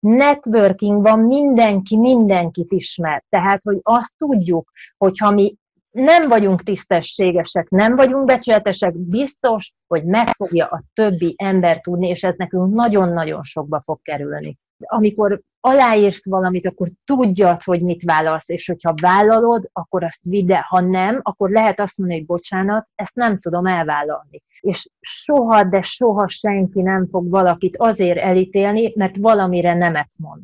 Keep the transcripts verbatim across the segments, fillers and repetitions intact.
networking van, mindenki mindenkit ismer. Tehát, hogy azt tudjuk, hogyha mi nem vagyunk tisztességesek, nem vagyunk becsületesek, biztos, hogy meg fogja a többi ember tudni, és ez nekünk nagyon-nagyon sokba fog kerülni. Amikor aláírsz valamit, akkor tudjad, hogy mit vállalsz, és hogyha vállalod, akkor azt vidd el. Ha nem, akkor lehet azt mondani, hogy bocsánat, ezt nem tudom elvállalni. És soha, de soha senki nem fog valakit azért elítélni, mert valamire nemet mond.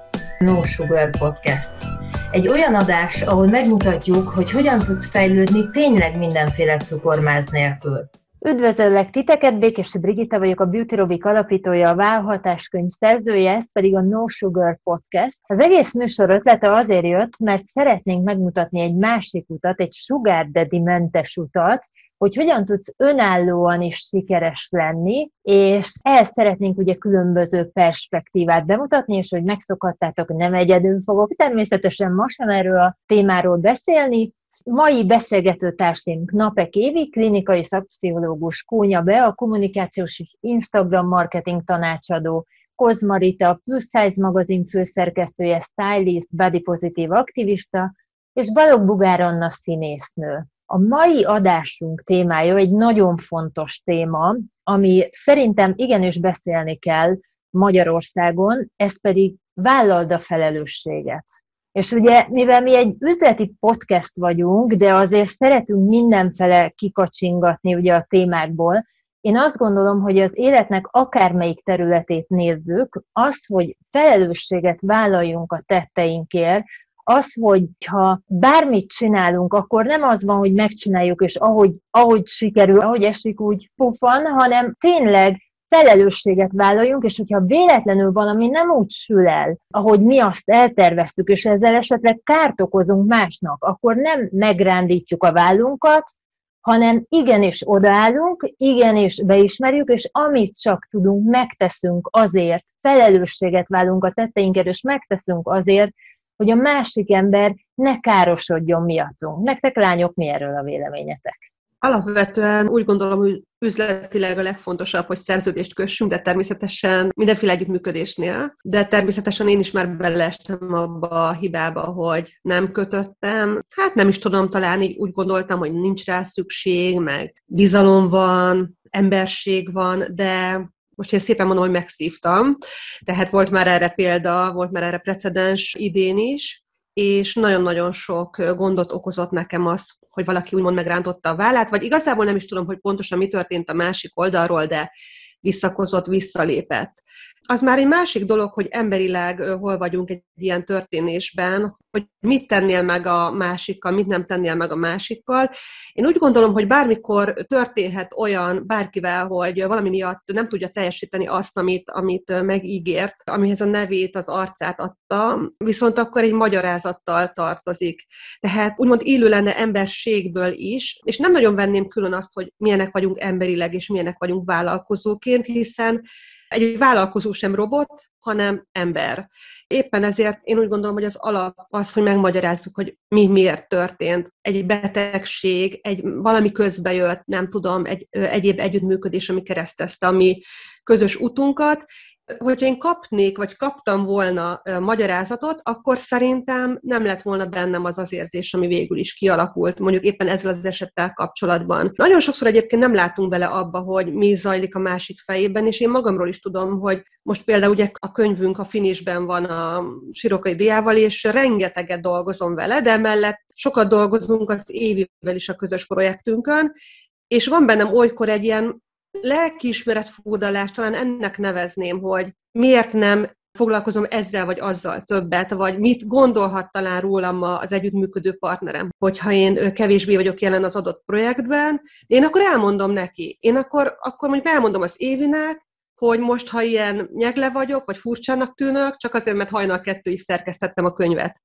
No Sugar Podcast. Egy olyan adás, ahol megmutatjuk, hogy hogyan tudsz fejlődni tényleg mindenféle cukormáz nélkül. Üdvözöllek titeket, Békési Brigitta vagyok, a Beauty Robic alapítója, a Wow hatáskönyv szerzője, ez pedig a No Sugar Podcast. Az egész műsor ötlete azért jött, mert szeretnénk megmutatni egy másik utat, egy sugar daddy mentes utat, hogy hogyan tudsz önállóan is sikeres lenni, és ehhez szeretnénk ugye különböző perspektívát bemutatni, és hogy megszokhattátok, nem egyedül fogok természetesen ma sem erről a témáról beszélni. Mai beszélgető társaink Napek Évi, klinikai szakpszichológus, Kónya Bea, a kommunikációs és Instagram marketing tanácsadó, Kozma Rita, a Plus Size magazin főszerkesztője, stylist, body positive aktivista, és Balogh Bugár Anna színésznő. A mai adásunk témája egy nagyon fontos téma, ami szerintem igenis beszélni kell Magyarországon, ez pedig vállald a felelősséget. És ugye, mivel mi egy üzleti podcast vagyunk, de azért szeretünk mindenfele kikacsingatni ugye a témákból, én azt gondolom, hogy az életnek akármelyik területét nézzük, az, hogy felelősséget vállaljunk a tetteinkért, az, hogy ha bármit csinálunk, akkor nem az van, hogy megcsináljuk, és ahogy, ahogy sikerül, ahogy esik, úgy pufan, hanem tényleg felelősséget vállaljunk, és hogyha véletlenül valami nem úgy sül el, ahogy mi azt elterveztük, és ezzel esetleg kárt okozunk másnak, akkor nem megrándítjuk a vállunkat, hanem igenis odaállunk, igenis beismerjük, és amit csak tudunk, megteszünk azért, felelősséget vállunk a tetteinkért, és megteszünk azért, hogy a másik ember ne károsodjon miattunk. Nektek, lányok, mi erről a véleményetek? Alapvetően úgy gondolom, hogy üzletileg a legfontosabb, hogy szerződést kössünk, de természetesen mindenféle együttműködésnél, de természetesen én is már beleestem abba a hibába, hogy nem kötöttem. Hát nem is tudom, talán így úgy gondoltam, hogy nincs rá szükség, meg bizalom van, emberség van, de most én szépen mondom, hogy megszívtam. Tehát volt már erre példa, volt már erre precedens idén is, és nagyon-nagyon sok gondot okozott nekem az, hogy valaki úgymond megrántotta a vállát, vagy igazából nem is tudom, hogy pontosan mi történt a másik oldalról, de visszakozott, visszalépett. Az már egy másik dolog, hogy emberileg hol vagyunk egy ilyen történésben, hogy mit tennél meg a másikkal, mit nem tennél meg a másikkal. Én úgy gondolom, hogy bármikor történhet olyan bárkivel, hogy valami miatt nem tudja teljesíteni azt, amit, amit megígért, amihez a nevét, az arcát adta, viszont akkor egy magyarázattal tartozik. Tehát úgymond élő lenne emberségből is, és nem nagyon venném külön azt, hogy milyenek vagyunk emberileg, és milyenek vagyunk vállalkozóként, hiszen egy vállalkozó sem robot, hanem ember. Éppen ezért én úgy gondolom, hogy az alap az, hogy megmagyarázzuk, hogy mi miért történt. Egy betegség, egy valami közbejött, nem tudom, egy egyéb együttműködés, ami keresztezte a mi közös utunkat. Hogyha én kapnék, vagy kaptam volna magyarázatot, akkor szerintem nem lett volna bennem az az érzés, ami végül is kialakult, mondjuk éppen ezzel az esettel kapcsolatban. Nagyon sokszor egyébként nem látunk bele abba, hogy mi zajlik a másik fejében, és én magamról is tudom, hogy most például ugye a könyvünk a finishben van a Sirokai Diával, és rengeteget dolgozom vele, de mellett sokat dolgozunk az Évivel is a közös projektünkön, és van bennem olykor egy ilyen lelkiismeretfurdalás, talán ennek nevezném, hogy miért nem foglalkozom ezzel vagy azzal többet, vagy mit gondolhat talán rólam az együttműködő partnerem, hogyha én kevésbé vagyok jelen az adott projektben, én akkor elmondom neki. Én akkor, akkor mondjuk elmondom az Évinek, hogy most, ha ilyen nyegle vagyok, vagy furcsának tűnök, csak azért, mert hajnal kettőig szerkesztettem a könyvet.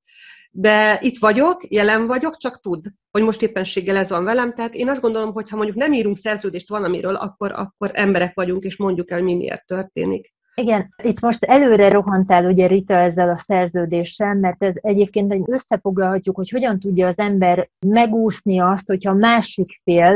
De itt vagyok, jelen vagyok, csak tudd, hogy most éppenséggel ez van velem. Tehát én azt gondolom, hogy ha mondjuk nem írunk szerződést valamiről, akkor, akkor emberek vagyunk, és mondjuk el, mi miért történik. Igen, itt most előre rohantál ugye Rita ezzel a szerződéssel, mert ez egyébként összefoglalhatjuk, hogy hogyan tudja az ember megúszni azt, hogyha a másik fél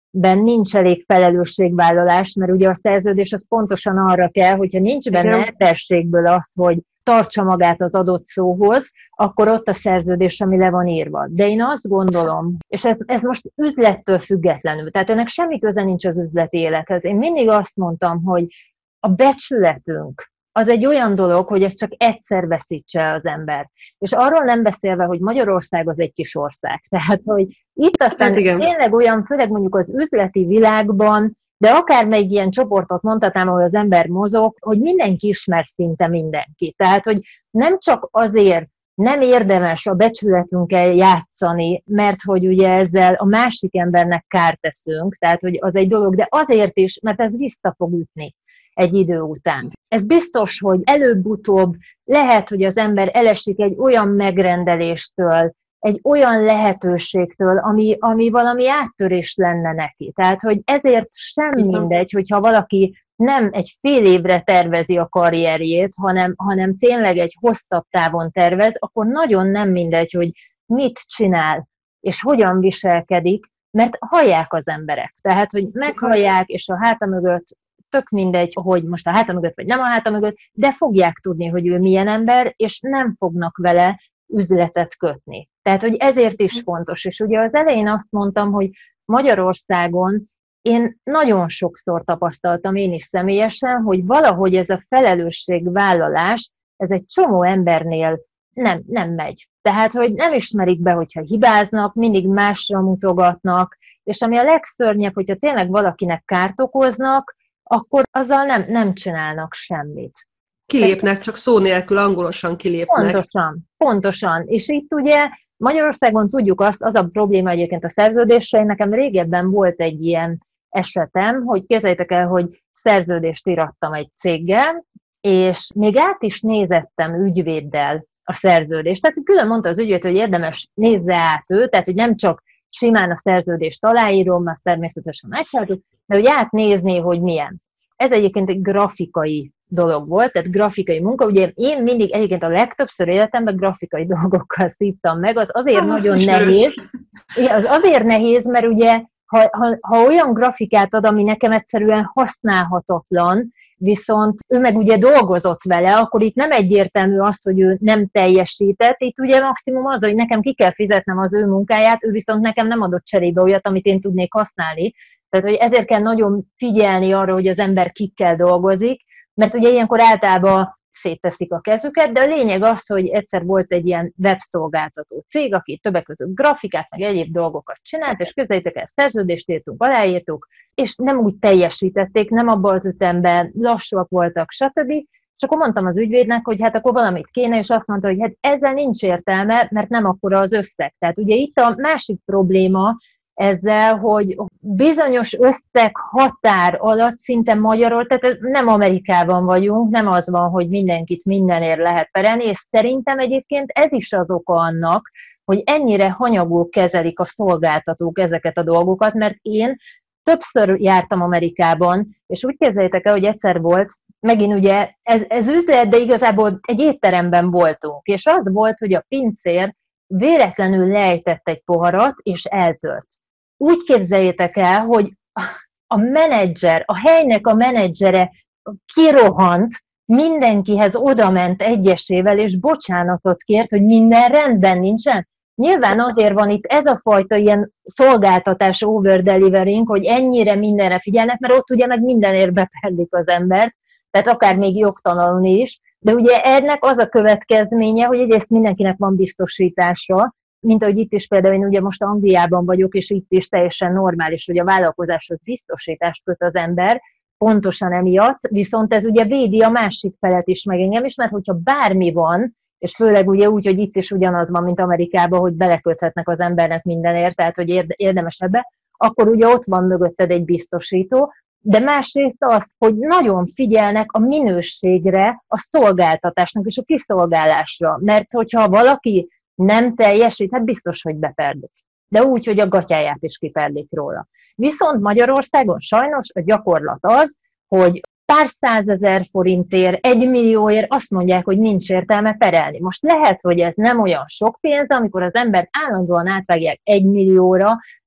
ben nincs elég felelősségvállalás, mert ugye a szerződés az pontosan arra kell, hogyha nincs benne Igen. emberségből az, hogy tartsa magát az adott szóhoz, akkor ott a szerződés, ami le van írva. De én azt gondolom, és ez, ez most üzlettől függetlenül, tehát ennek semmi köze nincs az üzleti élethez. Én mindig azt mondtam, hogy a becsületünk az egy olyan dolog, hogy ezt csak egyszer veszítse az ember. És arról nem beszélve, hogy Magyarország az egy kis ország. Tehát, hogy itt aztán Hát igen. tényleg olyan, főleg mondjuk az üzleti világban, de akár még ilyen csoportot mondhatnám, ahol az ember mozog, hogy mindenki ismer szinte mindenki. Tehát, hogy nem csak azért nem érdemes a becsületünkkel játszani, mert hogy ugye ezzel a másik embernek kárt teszünk, tehát, hogy az egy dolog, de azért is, mert ez vissza fog ütni egy idő után. Ez biztos, hogy előbb-utóbb lehet, hogy az ember elesik egy olyan megrendeléstől, egy olyan lehetőségtől, ami, ami valami áttörés lenne neki. Tehát, hogy ezért sem mindegy, hogyha valaki nem egy fél évre tervezi a karrierjét, hanem, hanem tényleg egy hosszabb távon tervez, akkor nagyon nem mindegy, hogy mit csinál, és hogyan viselkedik, mert hallják az emberek. Tehát, hogy meghallják, és a háta mögött tök mindegy, hogy most a háta mögött, vagy nem a háta mögött, de fogják tudni, hogy ő milyen ember, és nem fognak vele üzletet kötni. Tehát, hogy ezért is fontos. És ugye az elején azt mondtam, hogy Magyarországon én nagyon sokszor tapasztaltam én is személyesen, hogy valahogy ez a felelősségvállalás, ez egy csomó embernél nem, nem megy. Tehát, hogy nem ismerik be, hogyha hibáznak, mindig másra mutogatnak, és ami a legszörnyebb, hogyha tényleg valakinek kárt okoznak, akkor azzal nem, nem csinálnak semmit. Kilépnek, csak szó nélkül, angolosan kilépnek. Pontosan, pontosan. És itt ugye Magyarországon tudjuk azt, az a probléma egyébként a szerződéssel, nekem régebben volt egy ilyen esetem, hogy képzeljétek el, hogy szerződést írattam egy céggel, és még át is nézettem ügyvéddel a szerződést. Tehát külön mondta az ügyvéd, hogy érdemes nézze át őt, tehát hogy nem csak simán a szerződést aláírom, azt természetesen megcsináltuk, de hogy átnézni, hogy milyen. Ez egyébként egy grafikai dolog volt, tehát grafikai munka. Ugye én mindig egyébként a legtöbbször életemben grafikai dolgokkal szívtam meg, az azért ah, nagyon nehéz. Az azért nehéz, mert ugye, ha, ha, ha olyan grafikát ad, ami nekem egyszerűen használhatatlan, viszont ő meg ugye dolgozott vele, akkor itt nem egyértelmű az, hogy ő nem teljesített, itt ugye maximum az, hogy nekem ki kell fizetnem az ő munkáját, ő viszont nekem nem adott cserébe olyat, amit én tudnék használni. Tehát, hogy ezért kell nagyon figyelni arra, hogy az ember kikkel dolgozik, mert ugye ilyenkor általában szétteszik a kezüket, de a lényeg az, hogy egyszer volt egy ilyen webszolgáltató cég, aki többek között grafikát, meg egyéb dolgokat csinált, és képzeljétek el, szerződést írtunk, aláírtuk, és nem úgy teljesítették, nem abban az ütemben, lassúak voltak, stb. És akkor mondtam az ügyvédnek, hogy hát akkor valamit kéne, és azt mondta, hogy hát ezzel nincs értelme, mert nem akkora az összeg. Tehát ugye itt a másik probléma ezzel, hogy bizonyos összeg határ alatt szinte magyarul, tehát nem Amerikában vagyunk, nem az van, hogy mindenkit mindenért lehet perelni, és szerintem egyébként ez is az oka annak, hogy ennyire hanyagul kezelik a szolgáltatók ezeket a dolgokat, mert én többször jártam Amerikában, és úgy képzeljétek el, hogy egyszer volt, megint ugye ez, ez üzlet, de igazából egy étteremben voltunk, és az volt, hogy a pincér véletlenül lejtett egy poharat, és eltört. Úgy képzeljétek el, hogy a menedzser, a helynek a menedzsere kirohant, mindenkihez odament egyesével, és bocsánatot kért, hogy minden rendben nincsen. Nyilván azért van itt ez a fajta ilyen szolgáltatás over-delivering, hogy ennyire mindenre figyelnek, mert ott ugye meg mindenért beperlik az embert, tehát akár még jogtalanul is, de ugye ennek az a következménye, hogy egyrészt mindenkinek van biztosítása, mint ahogy itt is például én ugye most Angliában vagyok, és itt is teljesen normális, hogy a vállalkozáshoz biztosítást köt az ember, pontosan emiatt, viszont ez ugye védi a másik felet is, meg engem is, mert hogyha bármi van, és főleg ugye úgy, hogy itt is ugyanaz van, mint Amerikában, hogy beleköthetnek az embernek mindenért, tehát hogy érdemes ebbe, akkor ugye ott van mögötted egy biztosító, de másrészt az, hogy nagyon figyelnek a minőségre, a szolgáltatásnak és a kiszolgálásra, mert hogyha valaki nem teljesít, hát biztos, hogy beperlik. De úgy, hogy a gatyáját is kiperlik róla. Viszont Magyarországon sajnos a gyakorlat az, hogy pár százezer forintért, egy millióért azt mondják, hogy nincs értelme perelni. Most lehet, hogy ez nem olyan sok pénz, amikor az ember állandóan átvágják egy millióra,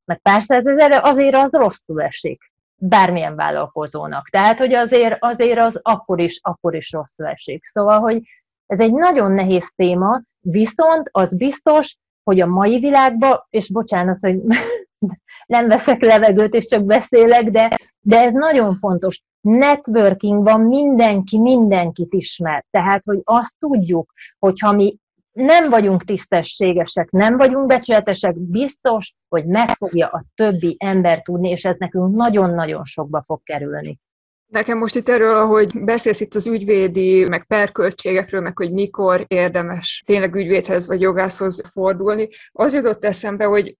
Meg pár százezerre azért az rosszul esik bármilyen vállalkozónak. Tehát, hogy azért, azért az akkor is, akkor is rosszul esik. Szóval, hogy ez egy nagyon nehéz téma, viszont az biztos, hogy a mai világban, és bocsánat, hogy nem veszek levegőt, és csak beszélek, de, de ez nagyon fontos. Networking van, mindenki mindenkit ismer. Tehát, hogy azt tudjuk, hogyha mi nem vagyunk tisztességesek, nem vagyunk becsületesek, biztos, hogy meg fogja a többi ember tudni, és ez nekünk nagyon-nagyon sokba fog kerülni. Nekem most itt erről, ahogy beszélsz itt az ügyvédi, meg perköltségekről, meg hogy mikor érdemes tényleg ügyvédhez vagy jogászhoz fordulni, az jutott eszembe, hogy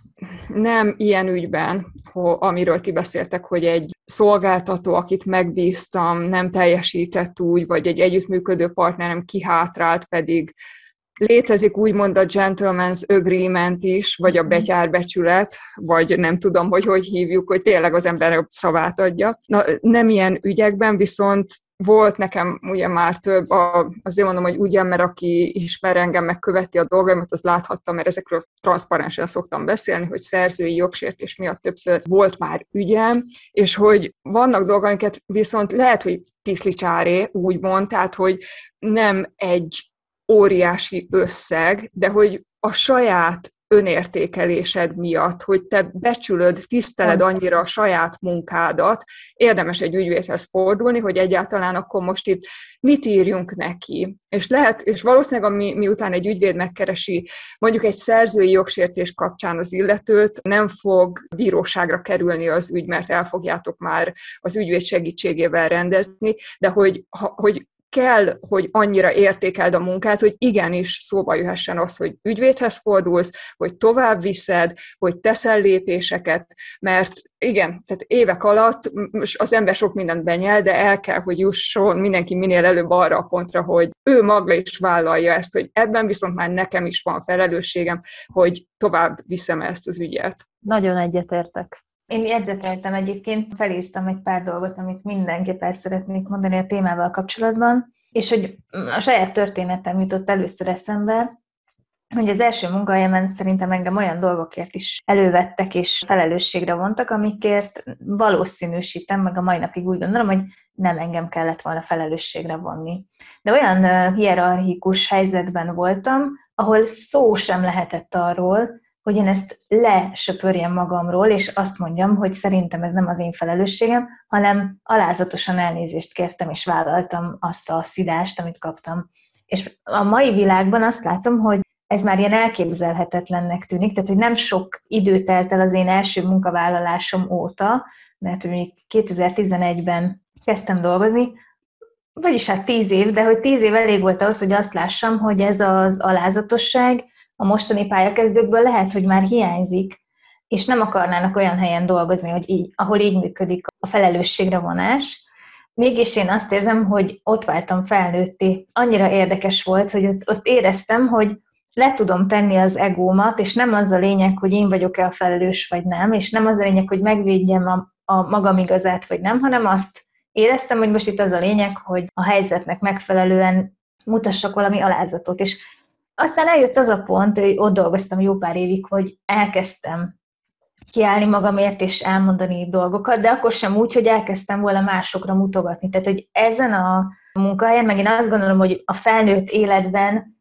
nem ilyen ügyben, amiről ti beszéltek, hogy egy szolgáltató, akit megbíztam, nem teljesített úgy, vagy egy együttműködő partnerem kihátrált, pedig létezik úgymond a gentleman's agreement is, vagy a betyárbecsület, vagy nem tudom, hogy hogy hívjuk, hogy tényleg az ember a szavát adja. Na, nem ilyen ügyekben, viszont volt nekem ugye már több, a, azért mondom, hogy úgy ember, aki ismer engem, meg követi a dolgaimat, az láthatta, mert ezekről transzparensen szoktam beszélni, hogy szerzői jogsértés miatt többször volt már ügyem, és hogy vannak dolgaikat viszont lehet, hogy tiszlicsáré, úgymond, tehát, hogy nem egy óriási összeg, de hogy a saját önértékelésed miatt, hogy te becsülöd, tiszteled annyira a saját munkádat, érdemes egy ügyvédhez fordulni, hogy egyáltalán akkor most itt mit írjunk neki. És lehet, és valószínűleg ami, miután egy ügyvéd megkeresi mondjuk egy szerzői jogsértés kapcsán az illetőt, nem fog bíróságra kerülni az ügy, mert el fogjátok már az ügyvéd segítségével rendezni, de hogy, ha, hogy kell, hogy annyira értékeld a munkát, hogy igenis szóba jöhessen az, hogy ügyvédhez fordulsz, hogy tovább viszed, hogy teszel lépéseket, mert igen, tehát évek alatt az ember sok mindent benyel, de el kell, hogy jusson mindenki minél előbb arra a pontra, hogy ő maga is vállalja ezt, hogy ebben viszont már nekem is van felelősségem, hogy tovább viszem ezt az ügyet. Nagyon egyetértek. Én jegyzeteltem egyébként, felírtam egy pár dolgot, amit mindenképp el szeretnék mondani a témával kapcsolatban, és hogy a saját történetem jutott először eszembe, hogy az első munkahelyemen szerintem engem olyan dolgokért is elővettek és felelősségre vontak, amikért valószínűsítem, meg a mai napig úgy gondolom, hogy nem engem kellett volna felelősségre vonni. De olyan hierarchikus helyzetben voltam, ahol szó sem lehetett arról, hogy én ezt lesöpörjem magamról, és azt mondjam, hogy szerintem ez nem az én felelősségem, hanem alázatosan elnézést kértem, és vállaltam azt a szidást, amit kaptam. És a mai világban azt látom, hogy ez már ilyen elképzelhetetlennek tűnik, tehát hogy nem sok idő telt el az én első munkavállalásom óta, mert mondjuk kétezer-tizenegyben kezdtem dolgozni, vagyis hát tíz év, de hogy tíz év elég volt ahhoz, hogy azt lássam, hogy ez az alázatosság a mostani pályakezdőkből lehet, hogy már hiányzik, és nem akarnának olyan helyen dolgozni, hogy így, ahol így működik a felelősségre vonás. Mégis én azt érzem, hogy ott váltam felnőtté. Annyira érdekes volt, hogy ott, ott éreztem, hogy le tudom tenni az egómat, és nem az a lényeg, hogy én vagyok-e a felelős, vagy nem, és nem az a lényeg, hogy megvédjem a, a magam igazát, vagy nem, hanem azt éreztem, hogy most itt az a lényeg, hogy a helyzetnek megfelelően mutassak valami alázatot. És aztán eljött az a pont, hogy ott dolgoztam jó pár évig, hogy elkezdtem kiállni magamért és elmondani dolgokat, de akkor sem úgy, hogy elkezdtem volna másokra mutogatni. Tehát, hogy ezen a munkahelyen, meg én azt gondolom, hogy a felnőtt életben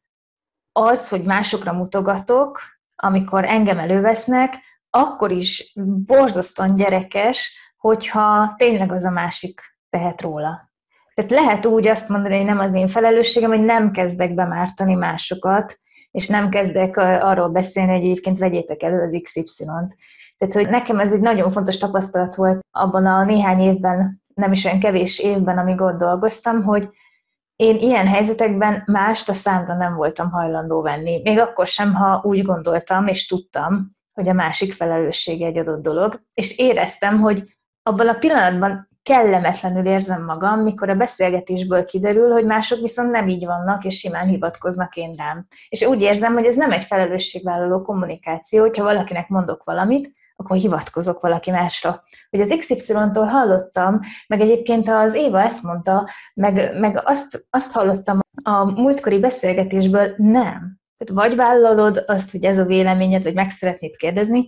az, hogy másokra mutogatok, amikor engem elővesznek, akkor is borzasztóan gyerekes, hogyha tényleg az a másik tehet róla. Tehát lehet úgy azt mondani, hogy nem az én felelősségem, hogy nem kezdek bemártani másokat, és nem kezdek arról beszélni, hogy egyébként vegyétek elő az iksz ipszilont. Tehát, hogy nekem ez egy nagyon fontos tapasztalat volt abban a néhány évben, nem is olyan kevés évben, amíg ott dolgoztam, hogy én ilyen helyzetekben mást a számra nem voltam hajlandó venni. Még akkor sem, ha úgy gondoltam és tudtam, hogy a másik felelőssége egy adott dolog. És éreztem, hogy abban a pillanatban kellemetlenül érzem magam, mikor a beszélgetésből kiderül, hogy mások viszont nem így vannak, és simán hivatkoznak én rám. És úgy érzem, hogy ez nem egy felelősségvállaló kommunikáció, hogyha valakinek mondok valamit, akkor hivatkozok valaki másra. Hogy az iksz ipszilon-tól hallottam, meg egyébként az Éva ezt mondta, meg, meg azt, azt hallottam a múltkori beszélgetésből, nem. Tehát vagy vállalod azt, hogy ez a véleményed, vagy meg szeretnéd kérdezni,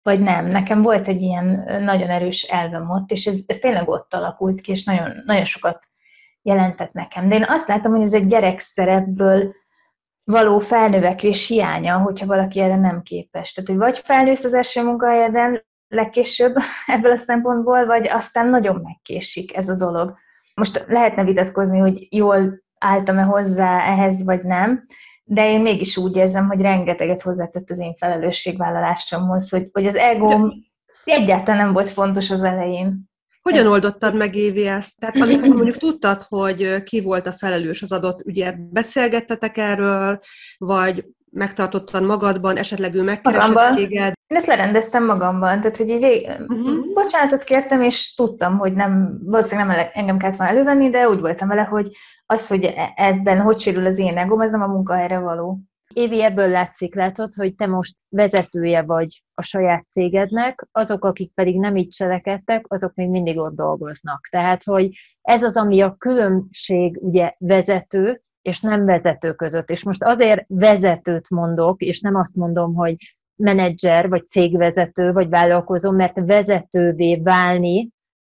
vagy nem. Nekem volt egy ilyen nagyon erős elvem ott, és ez, ez tényleg ott alakult ki, és nagyon, nagyon sokat jelentett nekem. De én azt látom, hogy ez egy gyerekszerepből való felnövekvés hiánya, hogyha valaki erre nem képes. Tehát, hogy vagy felnősz az első munkahelyeden legkésőbb ebből a szempontból, vagy aztán nagyon megkésik ez a dolog. Most lehetne vitatkozni, hogy jól álltam-e hozzá ehhez, vagy nem, de én mégis úgy érzem, hogy rengeteget hozzátett az én felelősségvállalásomhoz, hogy, hogy az egóm egyáltalán nem volt fontos az elején. Hogyan oldottad meg, Évi, ezt? Tehát amikor mondjuk tudtad, hogy ki volt a felelős az adott ügyet, beszélgettetek erről, vagy megtartottad magadban, esetleg ő megkeresett téged? Én ezt lerendeztem magamban, tehát hogy így vég... uh-huh. bocsánatot kértem, és tudtam, hogy nem, valószínűleg nem engem kellett volna elővenni, de úgy voltam vele, hogy az, hogy ebben hogy sérül az én egóm, ez nem a munkahelyre való. Évi, ebből látszik, látod, hogy te most vezetője vagy a saját cégednek, azok, akik pedig nem így cselekedtek, azok még mindig ott dolgoznak. Tehát, hogy ez az, ami a különbség ugye vezető és nem vezető között. És most azért vezetőt mondok, és nem azt mondom, hogy menedzser, vagy cégvezető, vagy vállalkozó, mert vezetővé válni,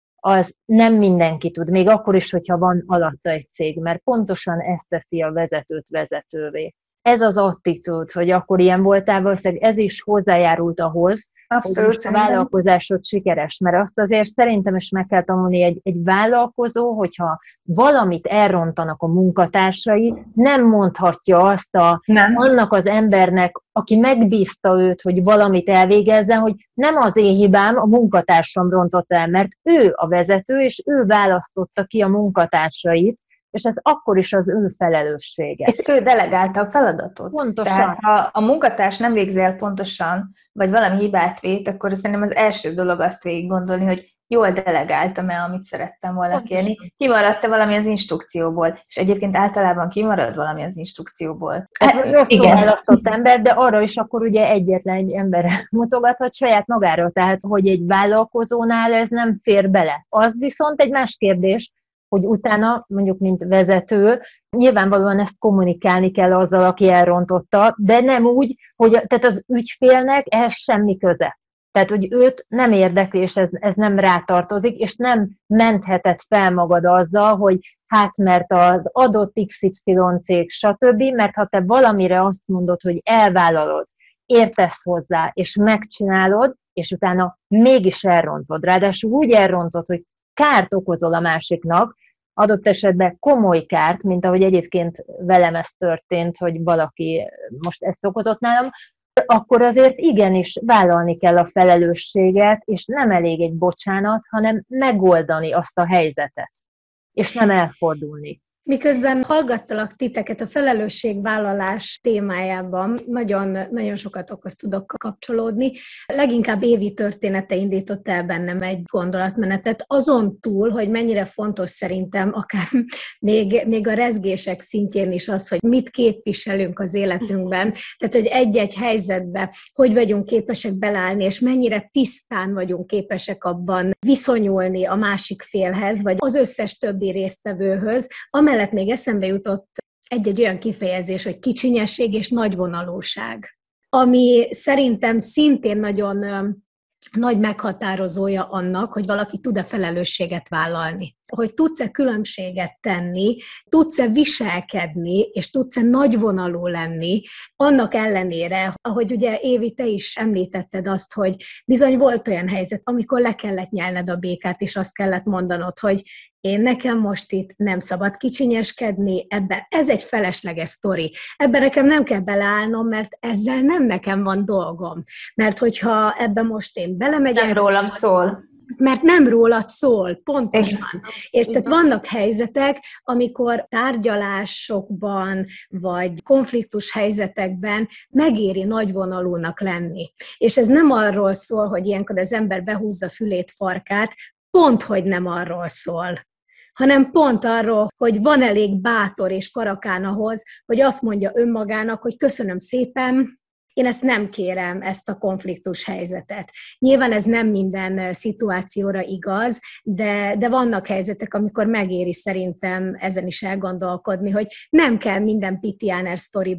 az nem mindenki tud, még akkor is, hogyha van alatta egy cég, mert pontosan ezt teszi a vezetőt vezetővé. Ez az attitűd, hogy akkor ilyen voltál, valószínűleg ez is hozzájárult ahhoz, abszolút, hogy a vállalkozásod sikeres, mert azt azért szerintem is meg kell tanulni egy, egy vállalkozó, hogyha valamit elrontanak a munkatársai, nem mondhatja azt a, nem. annak az embernek, aki megbízta őt, hogy valamit elvégezzen, hogy nem az én hibám, a munkatársam rontott el, mert ő a vezető, és ő választotta ki a munkatársait, és ez akkor is az ő felelőssége. És ő delegálta a feladatot. Pontosan. Tehát ha a munkatárs nem végzi el pontosan, vagy valami hibát vét, akkor szerintem az első dolog azt végig gondolni, hogy jól delegáltam-e, amit szerettem volna kérni. Kimaradt-e valami az instrukcióból? És egyébként általában kimarad valami az instrukcióból. Hát, rosszul választott ember, de arra is akkor ugye egyetlen egy emberre mutogathat saját magára. Tehát, hogy egy vállalkozónál ez nem fér bele. Az viszont egy más kérdés, hogy utána, mondjuk mint vezető, nyilvánvalóan ezt kommunikálni kell azzal, aki elrontotta, de nem úgy, hogy tehát az ügyfélnek ehhez semmi köze. Tehát, hogy őt nem érdekli, és ez, ez nem rátartozik, és nem mentheted fel magad azzal, hogy hát mert az adott iksz ipszilon cég, stb., mert ha te valamire azt mondod, hogy elvállalod, értesz hozzá, és megcsinálod, és utána mégis elrontod. Ráadásul úgy elrontod, hogy kárt okozol a másiknak, adott esetben komoly kárt, mint ahogy egyébként velem ez történt, hogy valaki most ezt okozott nálam, akkor azért igenis vállalni kell a felelősséget, és nem elég egy bocsánat, hanem megoldani azt a helyzetet, és nem elfordulni. Miközben hallgattalak titeket a felelősségvállalás témájában, nagyon, nagyon sokat okhoz tudok kapcsolódni. Leginkább Évi története indított el bennem egy gondolatmenetet, azon túl, hogy mennyire fontos szerintem akár még, még a rezgések szintjén is az, hogy mit képviselünk az életünkben, tehát hogy egy-egy helyzetbe hogy vagyunk képesek beleállni, és mennyire tisztán vagyunk képesek abban viszonyulni a másik félhez, vagy az összes többi résztvevőhöz, amellett még eszembe jutott egy-egy olyan kifejezés, hogy kicsinyesség és nagyvonalúság, ami szerintem szintén nagyon nagy meghatározója annak, hogy valaki tud-e felelősséget vállalni. Hogy tudsz-e különbséget tenni, tudsz-e viselkedni, és tudsz-e nagyvonalú lenni, annak ellenére, ahogy ugye Évi, te is említetted azt, hogy bizony volt olyan helyzet, amikor le kellett nyelned a békát, és azt kellett mondanod, hogy én nekem most itt nem szabad kicsinyeskedni, ebben ez egy felesleges sztori. Ebben nekem nem kell beleállnom, mert ezzel nem nekem van dolgom. Mert hogyha ebben most én belemegyek... Nem rólam szól. Mert nem rólad szól, pontosan. Igen. És tehát vannak helyzetek, amikor tárgyalásokban, vagy konfliktus helyzetekben megéri nagyvonalúnak lenni. És ez nem arról szól, hogy ilyenkor az ember behúzza fülét, farkát, pont, hogy nem arról szól, hanem pont arról, hogy van elég bátor és karakán ahhoz, hogy azt mondja önmagának, hogy köszönöm szépen, én ezt nem kérem, ezt a konfliktus helyzetet. Nyilván ez nem minden szituációra igaz, de, de vannak helyzetek, amikor megéri szerintem ezen is elgondolkodni, hogy nem kell minden Pitiáner sztoriba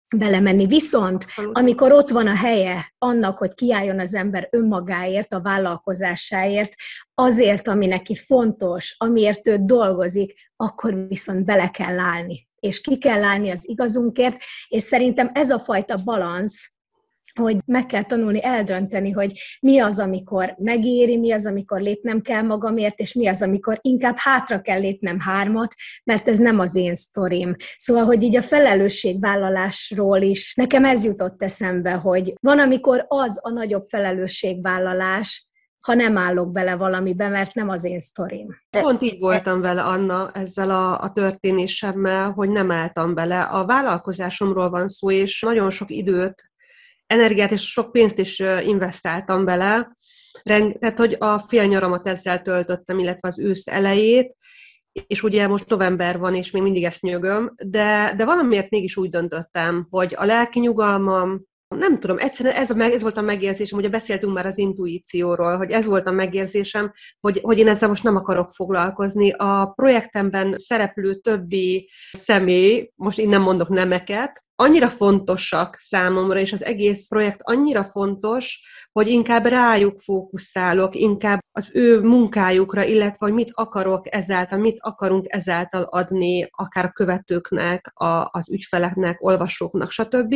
belemenni. Viszont amikor ott van a helye annak, hogy kiálljon az ember önmagáért, a vállalkozásáért, azért, ami neki fontos, amiért ő dolgozik, akkor viszont bele kell állni. És ki kell állni az igazunkért, és szerintem ez a fajta balansz, hogy meg kell tanulni eldönteni, hogy mi az, amikor megéri, mi az, amikor lépnem kell magamért, és mi az, amikor inkább hátra kell lépnem hármat, mert ez nem az én sztorim. Szóval, hogy így a felelősségvállalásról is nekem ez jutott eszembe, hogy van, amikor az a nagyobb felelősségvállalás, ha nem állok bele valamibe, mert nem az én sztorim. Pont így voltam vele, Anna, ezzel a, a történésemmel, hogy nem álltam bele. A vállalkozásomról van szó, és nagyon sok időt, energiát és sok pénzt is investáltam bele. Tehát, hogy a fél nyaramat ezzel töltöttem, illetve az ősz elejét, és ugye most november van, és még mindig ezt nyögöm, de, de valamiért mégis úgy döntöttem, hogy a lelki nyugalmam, nem tudom, egyszerűen ez, a, ez volt a megérzésem, ugye beszéltünk már az intuícióról, hogy ez volt a megérzésem, hogy, hogy én ezzel most nem akarok foglalkozni. A projektemben szereplő többi személy, most én nem mondok nemeket, annyira fontosak számomra, és az egész projekt annyira fontos, hogy inkább rájuk fókuszálok, inkább az ő munkájukra, illetve hogy mit akarok ezáltal, mit akarunk ezáltal adni, akár a követőknek, a, az ügyfeleknek, olvasóknak, stb.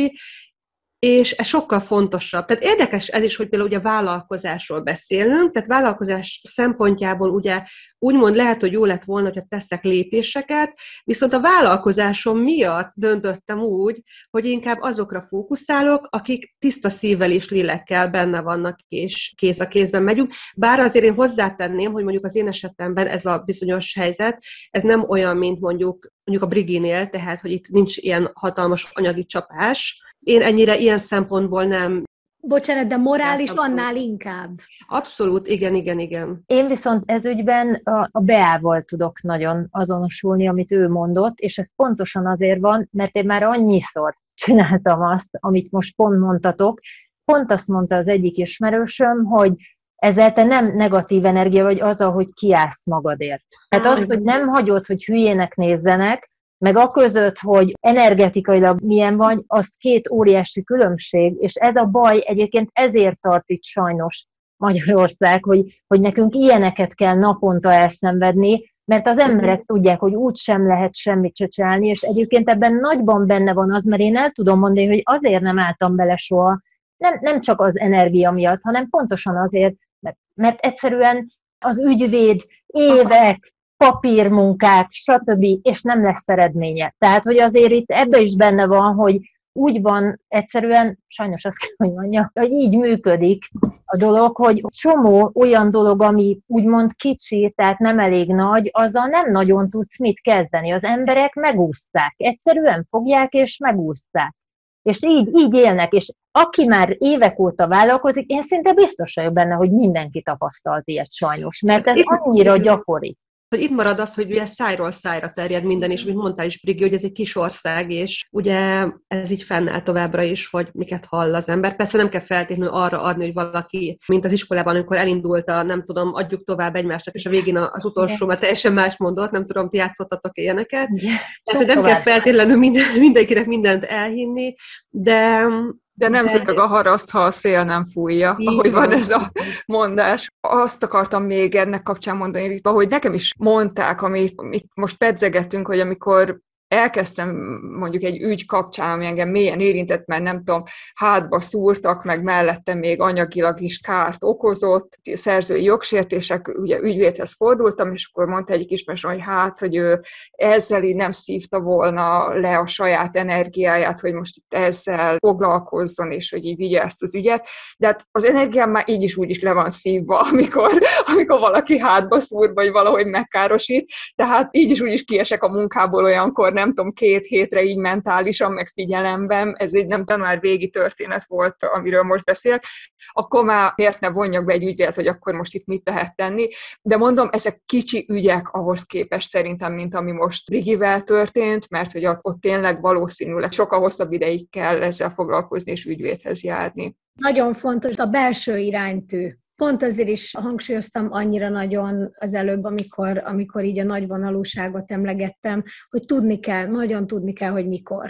És ez sokkal fontosabb. Tehát érdekes ez is, hogy például ugye vállalkozásról beszélünk, tehát vállalkozás szempontjából ugye úgymond lehet, hogy jó lett volna, hogyha teszek lépéseket, viszont a vállalkozásom miatt döntöttem úgy, hogy inkább azokra fókuszálok, akik tiszta szívvel és lélekkel benne vannak, és kéz a kézben megyünk. Bár azért én hozzátenném, hogy mondjuk az én esetemben ez a bizonyos helyzet, ez nem olyan, mint mondjuk, mondjuk a Briginél, tehát, hogy itt nincs ilyen hatalmas anyagi csapás. Én ennyire ilyen szempontból nem... Bocsánat, de morális annál inkább. Abszolút, igen, igen, igen. Én viszont ez ügyben a, a Beával tudok nagyon azonosulni, amit ő mondott, és ez pontosan azért van, mert én már annyiszor csináltam azt, amit most pont mondtatok. Pont azt mondta az egyik ismerősöm, hogy ezzel te nem negatív energia vagy azzal, hogy kiállsz magadért. Tehát az, hogy nem hagyod, hogy hülyének nézzenek, meg a között, hogy energetikailag milyen vagy, az két óriási különbség, és ez a baj egyébként ezért tart itt sajnos Magyarország, hogy, hogy nekünk ilyeneket kell naponta elszenvedni, mert az emberek tudják, hogy úgy sem lehet semmit se csinálni, és egyébként ebben nagyban benne van az, mert én el tudom mondani, hogy azért nem álltam bele soha, nem, nem csak az energia miatt, hanem pontosan azért, mert, mert egyszerűen az ügyvéd évek, papírmunkák, stb., és nem lesz eredménye. Tehát, hogy azért itt ebbe is benne van, hogy úgy van egyszerűen, sajnos azt kell, hogy mondja, hogy így működik a dolog, hogy csomó olyan dolog, ami úgymond kicsi, tehát nem elég nagy, azzal nem nagyon tudsz mit kezdeni. Az emberek megúszták. Egyszerűen fogják és megúszták. És így, így élnek, és aki már évek óta vállalkozik, én szinte biztos vagyok benne, hogy mindenki tapasztalt ilyet sajnos, mert ez annyira gyakori. Hogy itt marad az, hogy ugye szájról szájra terjed minden, és mint mondtál is, Brigi, hogy ez egy kis ország, és ugye ez így fennáll továbbra is, hogy miket hall az ember. Persze nem kell feltétlenül arra adni, hogy valaki, mint az iskolában, amikor elindult a, nem tudom, adjuk tovább egymásnak, és a végén az utolsó már teljesen más mondott, nem tudom, ti játszottatok ilyeneket. Tehát, hogy nem kell feltétlenül minden, mindenkinek mindent elhinni, de... De nem zörög a haraszt, ha a szél nem fújja, így ahogy van ez a mondás. Azt akartam még ennek kapcsán mondani, Rita, hogy nekem is mondták, amit, amit most pedzegettünk, hogy amikor elkezdtem mondjuk egy ügy kapcsán, ami engem mélyen érintett, mert nem tudom, hátba szúrtak, meg mellette még anyagilag is kárt okozott, szerzői jogsértések, ugye ügyvédhez fordultam, és akkor mondta egyik ismerősöm, hogy hát, hogy ő ezzel így nem szívta volna le a saját energiáját, hogy most itt ezzel foglalkozzon, és hogy így vigye ezt az ügyet, de hát az energiám már így is úgy is le van szívva, amikor, amikor valaki hátba szúr, vagy valahogy megkárosít, tehát így is úgy is kiesek a munkából olyankor, nem tudom, két hétre így mentálisan, meg figyelemben, ez egy nem tanár végi történet volt, amiről most beszélek, akkor már miért ne vonjak be egy ügyet, hogy akkor most itt mit lehet tenni. De mondom, ezek kicsi ügyek ahhoz képest szerintem, mint ami most Brigivel történt, mert hogy ott, ott tényleg valószínűleg sokkal hosszabb ideig kell ezzel foglalkozni és ügyvédhez járni. Nagyon fontos a belső iránytű. Pont azért is hangsúlyoztam annyira nagyon az előbb, amikor, amikor így a nagyvonalúságot emlegettem, hogy tudni kell, nagyon tudni kell, hogy mikor.